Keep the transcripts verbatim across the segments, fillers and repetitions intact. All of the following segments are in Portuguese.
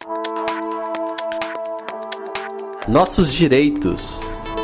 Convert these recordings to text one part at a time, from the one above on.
Nossos direitos.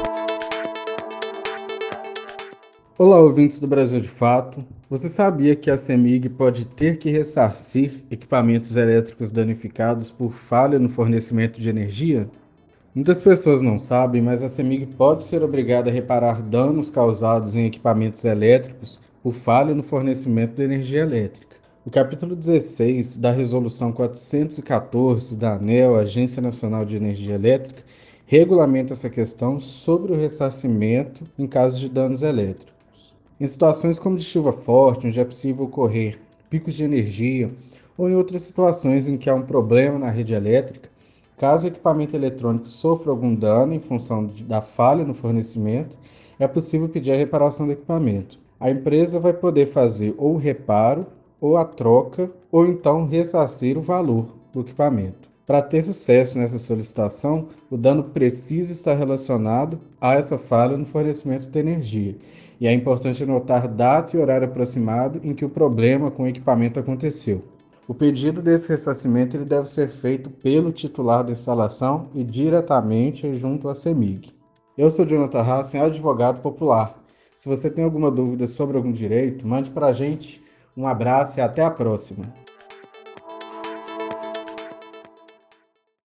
Olá, ouvintes do Brasil de Fato. Você sabia que a CEMIG pode ter que ressarcir equipamentos elétricos danificados por falha no fornecimento de energia? Muitas pessoas não sabem, mas a CEMIG pode ser obrigada a reparar danos causados em equipamentos elétricos por falha no fornecimento de energia elétrica. O capítulo dezesseis da Resolução quatrocentos e quatorze da ANEEL, Agência Nacional de Energia Elétrica, regulamenta essa questão sobre o ressarcimento em caso de danos elétricos. Em situações como de chuva forte, onde é possível ocorrer picos de energia, ou em outras situações em que há um problema na rede elétrica, caso o equipamento eletrônico sofra algum dano em função de, da falha no fornecimento, é possível pedir a reparação do equipamento. A empresa vai poder fazer ou o reparo, ou a troca, ou então ressarcir o valor do equipamento. Para ter sucesso nessa solicitação, o dano precisa estar relacionado a essa falha no fornecimento de energia. E é importante anotar data e horário aproximado em que o problema com o equipamento aconteceu. O pedido desse ressarcimento ele deve ser feito pelo titular da instalação e diretamente junto à CEMIG. Eu sou Jonathan Hassen, advogado popular. Se você tem alguma dúvida sobre algum direito, mande para a gente. Um abraço e até a próxima.